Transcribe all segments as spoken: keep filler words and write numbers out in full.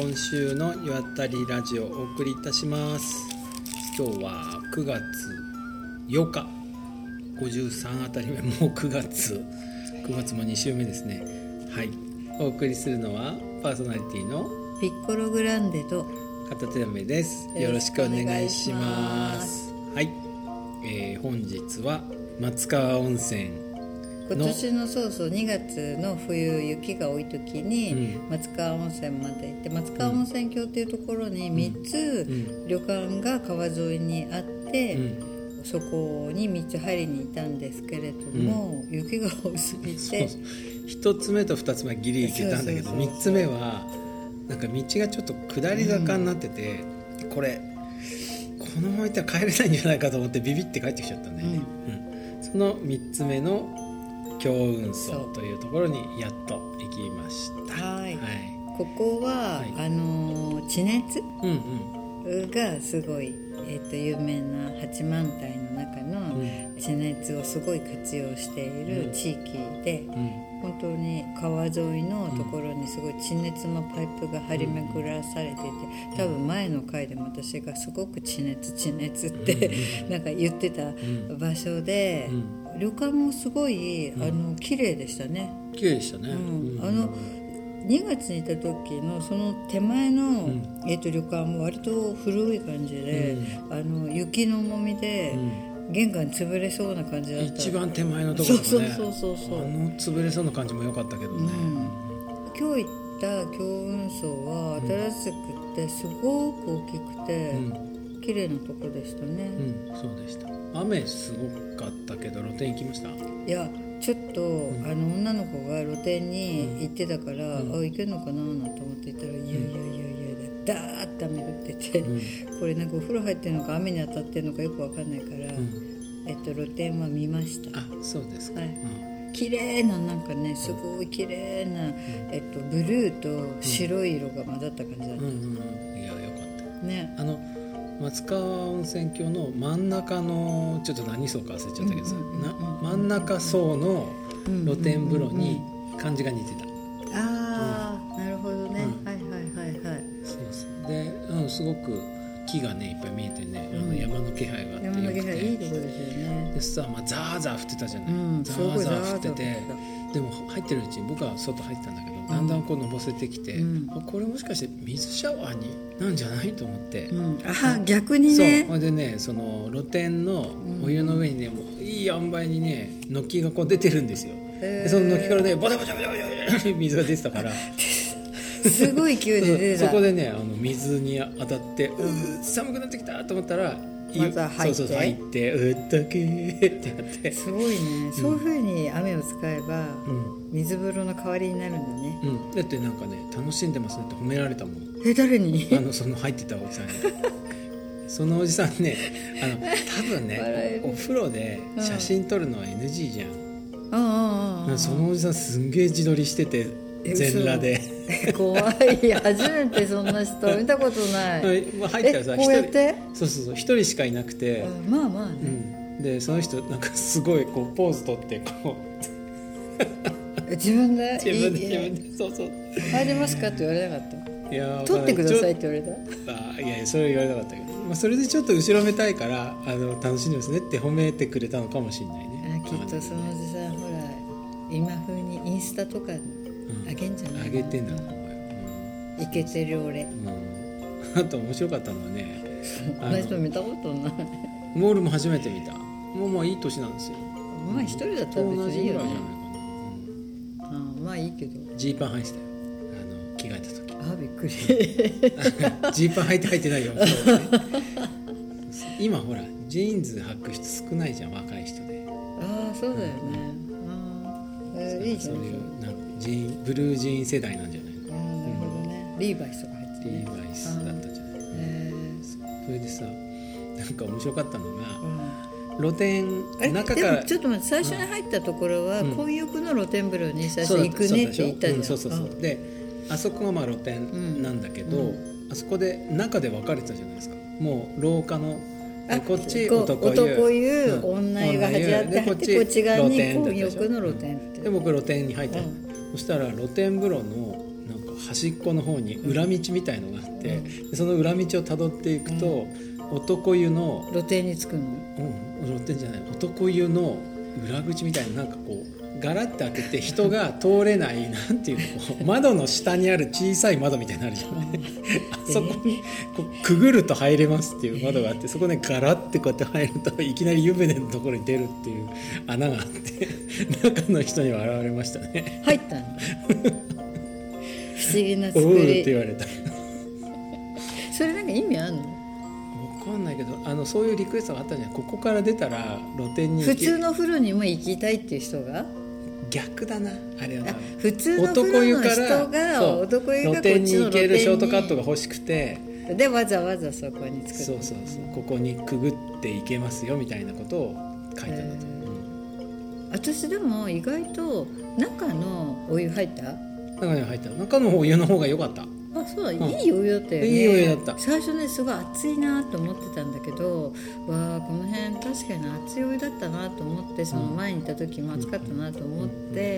今週の湯あたりラジオをお送りいたします。今日はくがつようか、ごじゅうさんあたり目、もうくがつくがつもに週目ですね。はい、お送りするのはパーソナリティのピッコログランデと片手めです。よろしくお願いします。はい、えー、本日は松川温泉、 今年のそうそうにがつの冬雪が多い時に松川温泉まで行って、松川温泉郷っていうところにみっつ旅館が川沿いにあって、うん、そこにみっつ入りに行ったんですけれども、うん、雪が多すぎて、そうそう、 ひとつめとふたつめはギリ行けたんだけど、みっつめはなんか道がちょっと下り坂になってて、うん、これこのまま行ったら帰れないんじゃないかと思ってビビって帰ってきちゃったんだよね、うんうん、そのみっつめの強運層というところにやっと行きました。はい、はい、 ここは、はい、あの地熱、 うんうん、がすごい、えー、と有名な八幡平の中の地熱をすごい活用している地域で、うんうん、本当に川沿いのところにすごい地熱のパイプが張り巡らされてて、多分前の回でも私がすごく地熱地熱ってなんか言ってた場所で、うんうん旅館もすごい、うん、あの綺麗でしたね。 綺麗でしたね、 うんうん、あのにがつにいた時のその手前の、うんえー、と旅館も割と古い感じで、うん、あの雪の重みで、うん、玄関潰れそうな感じだった。 一番手前のところね。 そうそうそうそう、 あの潰れそうな感じも良かったけどね、うん、 今日行った強運層は新しくてすごく大きくて、うん、綺麗なとこでしたね、 うん、そうでした。雨すごかったけど露天行きました？ いやちょっと、うん、あの女の子が露天に行ってたから、うん、あ行けるのかななんて思っていたら、うん、いやいやいやいやダーッと雨降ってて、うん、これなんかお風呂入ってるのか雨に当たってるのかよく分かんないから、うんえっと、露天は見ました。 あ、そうですか、はいうん、綺麗ななんかねすごい綺麗な、うんえっと、ブルーと白い色が混ざった感じだった、うんうんうん、いやよかったね。 あの松川温泉郷の真ん中のちょっと何層か忘れちゃったけどさ、うんうんうんうん、な真ん中層の露天風呂に感じが似てた、 うんうんうん、ああ、うん、なるほどね、うん、はいはいはいはいそうそうで、うん、すごく木がねいっぱい見えてね、うん、あの山の気配があってよくて、 山の気配いいところですよね。 でさ、まあ、ザーザー降ってたじゃない、うん、ザーザー降ってて、でも入ってるうちに僕は外入ってたんだけど、だんだんこうのぼせてきて、うん、これもしかして水シャワーになんじゃないと思って、うん、 あ逆にね。 そうでね、その露天のお湯の上にね、もういい塩梅にね軒がこう出てるんですよ。でその軒からねボタボタボタボタ水が出てたからすごい勢いで出てたそこでねあの水に当たって、うん、寒くなってきたと思ったらまた入ってそうそう入ってうったけーってやってすごいね、うん、そういう風に雨を使えば、うん、水風呂の代わりになるんだね、 うん、だってなんかね楽しんでますねって褒められたもん。 え誰に？ あのその入ってたおじさんにそのおじさんねあの多分ね お, お風呂で写真撮るのは エヌジー じゃん、うんうん、そのおじさんすんげえ自撮りしてて全裸で怖い初めてそんな人見たことない、 まあ、入ったらさこうやってそうそうそう一人しかいなくて、 うん、まあまあね、 うん、でその人なんかすごいこうポーズ取ってこう自分で自分で自分でそうそう入りますかって言われなかった？ いや撮ってくださいって言われた？ あいやいやそれは言われなかったけど、まあ、それでちょっと後ろめたいからあの楽しんでますねって褒めてくれたのかもしれないね。 あきっとそのおじさんほら今風にインスタとかあげんじゃない、 うん、あげてんだと思うよ、 うん、イケてる俺、うん、 あと面白かったのはね同じ人見たことないモールも初めて見た。もうまあいい年なんですよ。 まあ一人だったら別にいいよね。同じぐらいじゃないかな、 うん、 あまあいいけどジーパン履いてたよあの着替えた時。 あびっくりジーパン履いて履いてないよ今ほらジーンズ履く人少ないじゃん若い人で。 ああそうだよね、うん、えー、いいじゃん。 そういうなんかジーンブルージーン世代なんじゃないかな。 なるほどね、うん、リーバイスとか入って、ね、 リーバイスだったんじゃない、えー、それでさなんか面白かったのが、うん、露天中からでもちょっと待って最初に入ったところは、うん、混浴の露天風呂に最初行くねって言ったじゃん。 そうそうそう、うん、そうそうそうであそこがまあ露天なんだけど、うん、あそこで中で分かれてたじゃないですか。もう廊下のこっち男湯、 男湯、うん、女湯が始まってこっち、こっち側に混浴の露天って、 で僕露天に入った、うん、そしたら露天風呂のなんか端っこの方に裏道みたいのがあって、うん、その裏道をたどっていくと、うん、男湯の露店に着くの、 うん、露店じゃない男湯の裏口みたいな、なんかこうガラッて開けて人が通れないなんていうの、こう窓の下にある小さい窓みたいになるじゃない、うん、あそこにこうくぐると入れますっていう窓があって、そこねガラッてこうやって入るといきなり湯船のところに出るっていう穴があって中の人には現れましたね。 入ったの不思議な作り。 おうって言われたそれなんか意味あんの？ 分かんないけど、あのそういうリクエストがあったんじゃない。ここから出たら露店に行け、 普通の風呂にも行きたいっていう人が逆だなあれは。 普通の風呂の人が男湯がこっちの露店に露店に行けるショートカットが欲しくて、 でわざわざそこに作る。 そうそうそう、ここにくぐって行けますよみたいなことを書いてあったと思う。 私でも意外と中のお湯入った？ 中に入った中のお湯の方が良かった。 あ、そうだ、うん、いいお湯だったよね。 いいお湯だった。 最初ねすごい熱いなと思ってたんだけど、わあこの辺確かに熱いお湯だったなと思って、その前に行った時も暑かったなと思って、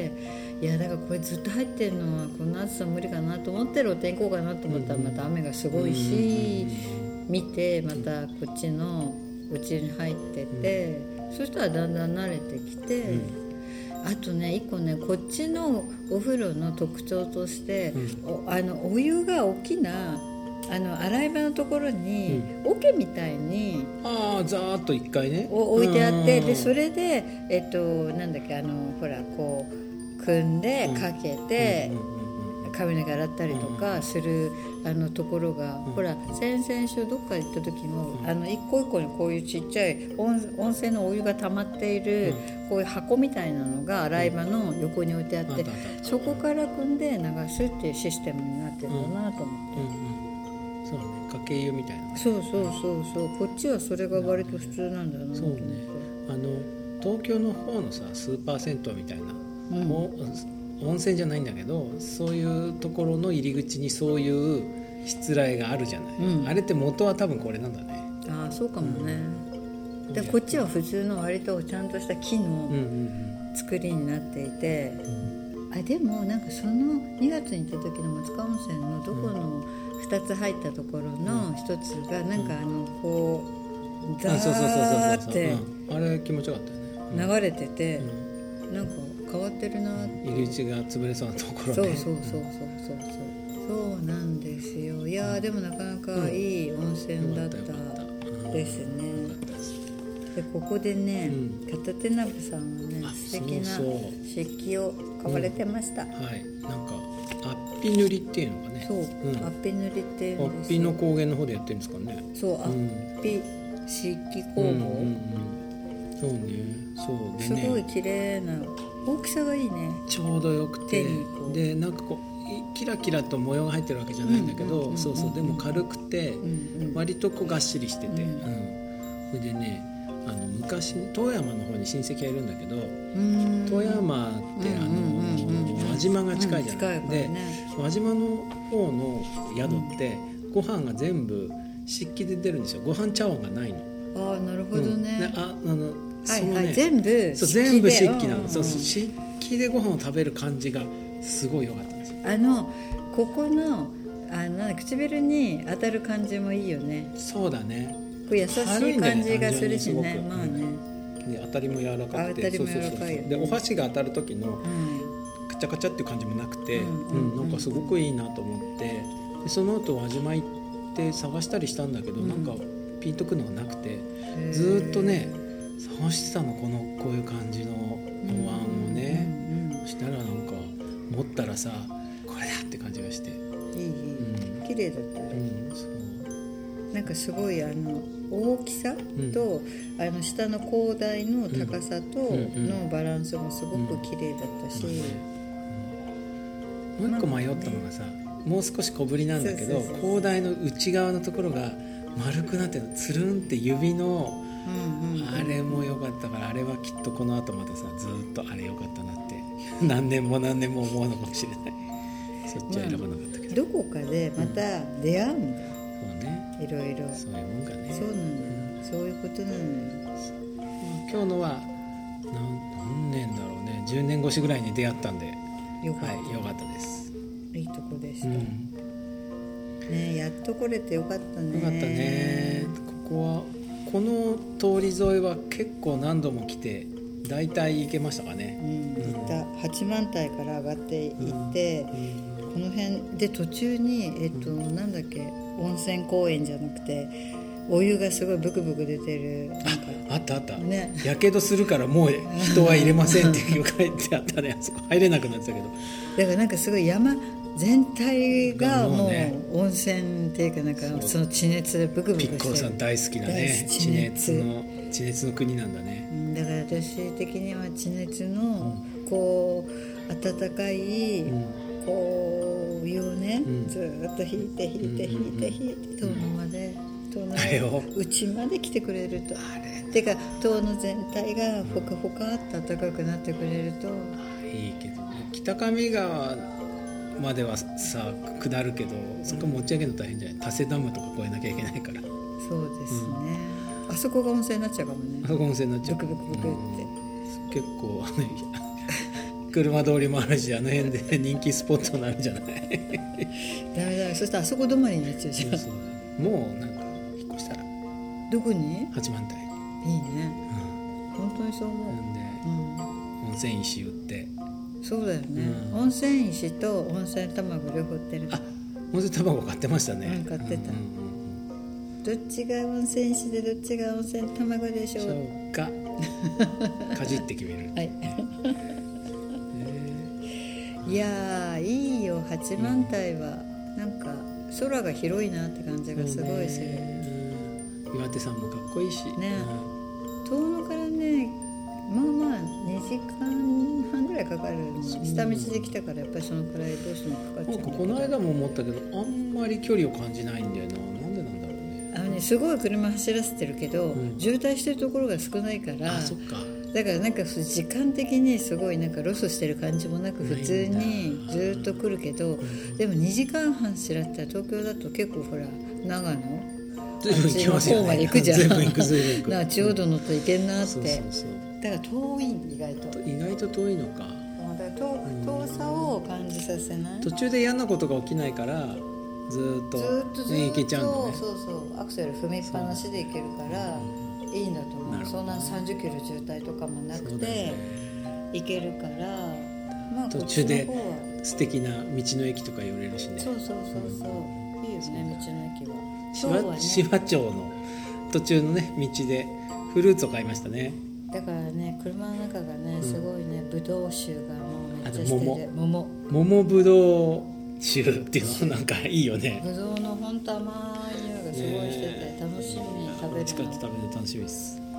うん、いやだからこれずっと入ってるのはこんな暑さ無理かなと思って露天行こうかなと思ったらまた雨がすごいし、うん、見てまたこっちのうちに入ってて、うん、そしたらだんだん慣れてきて、うん、あとね一個ねこっちのお風呂の特徴として、うん、お, あのお湯が大きなあの洗い場のところに、うん、桶みたいにあーざーっと一回ね置いてあって、でそれでえっとなんだっけあのほらこう組んでかけて、うんうんうん髪の毛洗ったりとかする、うん、あのところが、うん、ほら先々週どっか行った時も、うん、あの一個一個にこういうちっちゃい 温, 温泉のお湯が溜まっている、うん、こういう箱みたいなのが洗い場の横に置いてあって、うん、そこから汲んで流すっていうシステムになってるんだなと思って、うんうんうん、そうね、かけ湯みたいな。 そうそうそうそう、こっちはそれが割と普通なんだなと思って、そうね、 あの東京の方のさスーパー銭湯みたいな、うん、温泉じゃないんだけどそういうところの入り口にそういうしつらいがあるじゃない、うん、あれって元は多分これなんだね。 ああそうかもね、うん、でこっちは普通の割とちゃんとした木の作りになっていて、うんうん、あでもなんかそのにがつに行った時の松川温泉のどこのふたつ入ったところのひとつがなんかあのこうザーってあれ気持ちよかったよね、 流れてて、うん、なんか変わってるなって。 入り口が潰れそうなところね。 そうそうそうそうそうそうそうなんですよ。いやでもなかなかいい温泉だったですね、うん、でここでね、うん、片手鍋さんがね素敵な漆器を買われてました、 うん、はいなんかアッピ塗りっていうのがね、 そう、うん、アッピ塗りっていうんですよ。 アッピの高原の方でやってるんですかね。 そう、アッピ漆器工房、うんうんうん、 そうね、そうでねすごい綺麗な大きさがいいね。 ちょうどよくて、でなんかこうキラキラと模様が入ってるわけじゃないんだけど、うんうんうんうん、そうそうでも軽くて、うんうん、割とこうがっしりしてて、うんうん、それでねあの昔富山の方に親戚がいるんだけど、富山ってあの輪島が近いじゃない、うんうん、で輪島の方の宿ってご飯が全部漆器で出るんですよ。ご飯茶碗がないの。 ああなるほどね、 うん、ああのはいはいね、全部そう全部漆器なの、うんうん、そう漆器でご飯を食べる感じがすごい良かったんですよ。 あのここのあの唇に当たる感じもいいよね。 そうだね、 こう優しい感じがするしね、まあね、 で当たりも柔らかくて、 当たりも柔らかいよね。 でお箸が当たる時の、うん、カチャカチャっていう感じもなくて、うんうんうん、なんかすごくいいなと思って、でその後輪島行って探したりしたんだけど、うん、なんかピンとくのがなくてずっとね探してたの、このこういう感じのお椀をね、うんうんうん、そしたらなんか持ったらさこれだって感じがしていい、 うん、綺麗だったね、うん、そうなんかすごいあの大きさと、うん、あの下の高台の高さとのバランスもすごく綺麗だったし、 うんうんうん、もう一個迷ったのがさ、もう少し小ぶりなんだけど、そうそうそうそう、高台の内側のところが丸くなってるの、つるんって指のうんうんうん、あれも良かったから、あれはきっとこの後またさずっとあれ良かったなって何年も何年も思うのかもしれない。そっちは選ばなかったけど、 まあ、どこかでまた出会うんだよ、 うん、そうね、 いろいろそういうもんかね。 そうなんだよ、うん、そういうことなのよ。 今日のは 何, 何年だろうね、じゅうねん越しぐらいに出会ったんで、 よかった、 はい、よかったです。 いいとこでした、 うんね、やっと来れてよかったね。 よかったね。ここはこの通り沿いは結構何度も来てだいたい行けましたかね。 うん、行った八幡平から上がって行って、うん、この辺で途中に、えっと、うん、なんだっけ、温泉公園じゃなくてお湯がすごいブクブク出てるなんかあ, あったあった、 ね、 やけどするからもう人は入れませんっていう書いてあったね。あそこ入れなくなってたけど、 だからなんかすごい山全体がもう温泉っていうかなんかその地熱でブクブクしてる。 ピッコロさん大好きなね、地熱の地熱の国なんだね。 だから私的には地熱のこう温かいこうお湯をね、うん、ずっと引いて引いて引いて引いて遠野まで遠野のうちまで来てくれると、てか遠野全体がほかほかって暖かくなってくれるといいけど、北上川まではさ下るけどそこ持ち上げるの大変じゃない。多瀬ダムとか越えなきゃいけないから。 そうですね、うん、あそこが温泉になっちゃうかもね。 あそこ温泉になっちゃう。 ブクブクブクって、うん、 結構車通りもあるしあの辺で人気スポットになるんじゃない。 ダメだ、そしたらあそこ止まりになっちゃうじゃん。そうそう、 もうなんか引っ越したら。 どこに？ 八幡平。 いいね、うん、本当にそう思う。 なんで、うん、温泉石売って。 そうだよね、うん、温泉石と温泉卵両方売ってる。 あ、温泉卵買ってましたね。 うん、買ってた、うんうんうん、どっちが温泉石でどっちが温泉卵でしょうそうかかじって決める。 はい、えー、いやいいよ八幡平は、うん、なんか空が広いなって感じがすごいする、 うん、岩手山もかっこいいしね、 うん、遠野からねまあまあにじかんはんぐらいかかる。下道で来たからやっぱりそのくらいどうしてもかかっちゃう。なんかこの間も思ったけどあんまり距離を感じないんだよな。なんでなんだろうね。 あのね、すごい車走らせてるけど、うん、渋滞してるところが少ないから。 あ、そっか。 だからなんか時間的にすごいなんかロスしてる感じもなく普通にずっと来るけど、でもにじかんはん走らせたら東京だと結構ほら長野全部行きますよね。 方まで行くじゃん。 全部行く全部行く。 だから中央道乗って行けんなって、うん、そうそうそう。だから遠い、意外と意外と遠いのか。 だから 遠, 遠さを感じさせない。 途中で嫌なことが起きないからずっと、ね、 ずっとずっと行けちゃうんだね。 そうそうアクセル踏みっぱなしで行けるからいいんだと思う。そんなさんじゅっキロ渋滞とかもなくて、ね、行けるから、まあ、 途中で素敵な道の駅とか寄れるしね。 そうそうそうそう、うん、いいよね道の駅は。 紫波町の途中のね道でフルーツを買いましたね。 だからね車の中がねすごいね、うん、ブドウ酒がもうめっちゃしてて、桃桃ブドウ酒っていうのなんかいいよね。 ブドウの本当甘い匂いがすごいしてて楽しみに食べる。 使って食べる楽しみです、うん、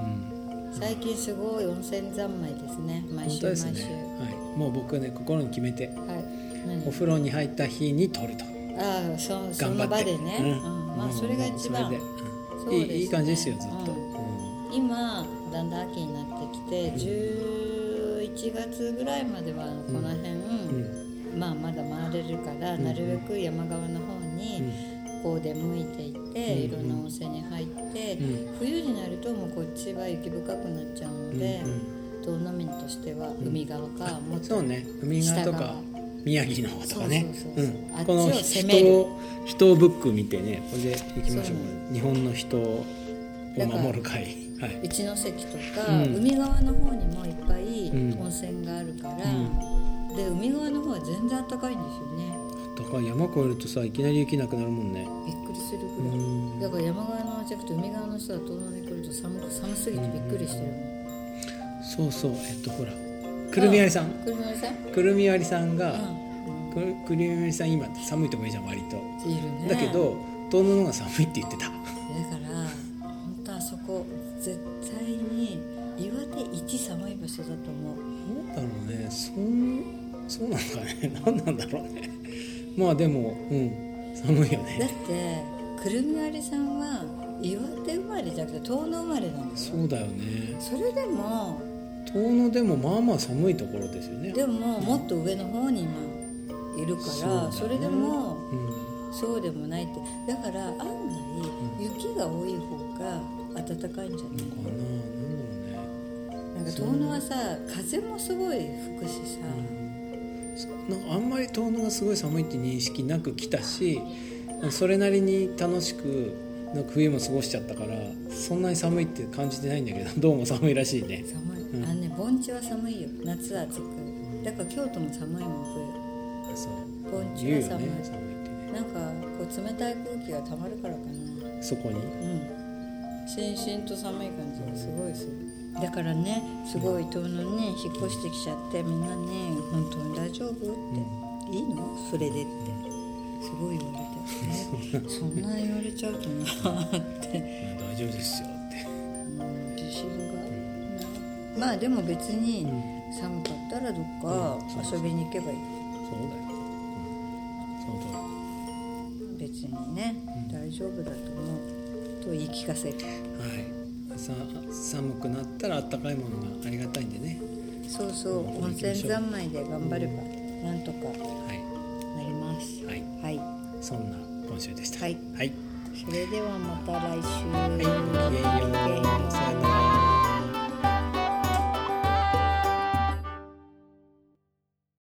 最近すごい温泉三昧ですね。毎週毎週、ね、 はい、もう僕はね心に決めて、 はい、 お風呂に入った日に撮ると。 ああ そ, その場でね、うんうん、まあそれが一番、うん、 そうですね、いい感じですよずっと、 うん、今だんだん秋になってきて、うん、じゅういちがつぐらいまではこの辺、うん、まあまだ回れるから、うん、なるべく山側の方にこう出向いていって、うん、いろんな温泉に入って、うん、冬になるともうこっちは雪深くなっちゃうので、遠野民としては海側か、もっと下側、そうね、海側とか宮城の方とかね、この人を人ブック見てね、これで行きましょう。日本の人を守る会、はい、一関とか、うん、海側の方にもいっぱい温泉があるから、うん、で海側の方は全然暖かいんですよね。暖かい。山越えるとさいきなり雪なくなるもんね。びっくりするぐらい、うん、だから山側のじゃなくて海側の人は遠野に来ると 寒, 寒すぎてびっくりしてるもん、うん、そうそう。えっとほらくるみ割りさんくるみ割りさんくるみ割りさんが、うん、くるみ割りさん今寒いとこいいじゃん割といる、ね、だけど遠野の方が寒いって言ってた。だから本当あそこ絶対に岩手一寒い場所だと思う。なんだろうね、そそうなんかね、何なんだろうね。まあでも、うん、寒いよね。だってくるみ割りさんは岩手生まれじゃなくて遠野生まれなんですよ。そうだよね。それでも遠野でもまあまあ寒いところですよね。でももっと上の方に今いるから、 そ, う、ね、それでも、うん、そうでもないって。だから案外雪が多い方が暖かいんじゃないかな。なんだろうね。なんか遠野はさ風もすごい吹くしさ、うん、 なんかあんまり遠野がすごい寒いって認識なく来たし、それなりに楽しくなんか冬も過ごしちゃったから、そんなに寒いって感じてないんだけど、どうも寒いらしいね。 寒い、 うん、 あのね盆地は寒いよ、夏は暑く、だから京都も寒いもん冬。 そう盆地は寒い、 ね、寒いってね。 なんかこう冷たい空気がたまるからかな、 そこに、 うん、しんしんと寒い感じがすごいする。だからね、すごい遠野に引っ越してきちゃって、みんなね本当に大丈夫って、うん、いいのそれでってすごい言われて、ね、そんな言われちゃうとなって大丈夫ですよって、 うん、自信が、うん、まあでも別に寒かったらどっか遊びに行けばいい、うん、 そうだよ、うん、その通り別にね、うん、大丈夫だと思うと言い聞かせる。 はい、さ寒くなったらあったかいものがありがたいんでね。 そうそう、温泉三昧で頑張ればなんとかなります。 はい、 はい、 そんな今週でした。 はい、 はい、 それではまた来週。 はい、ごきげんよう、さよなら。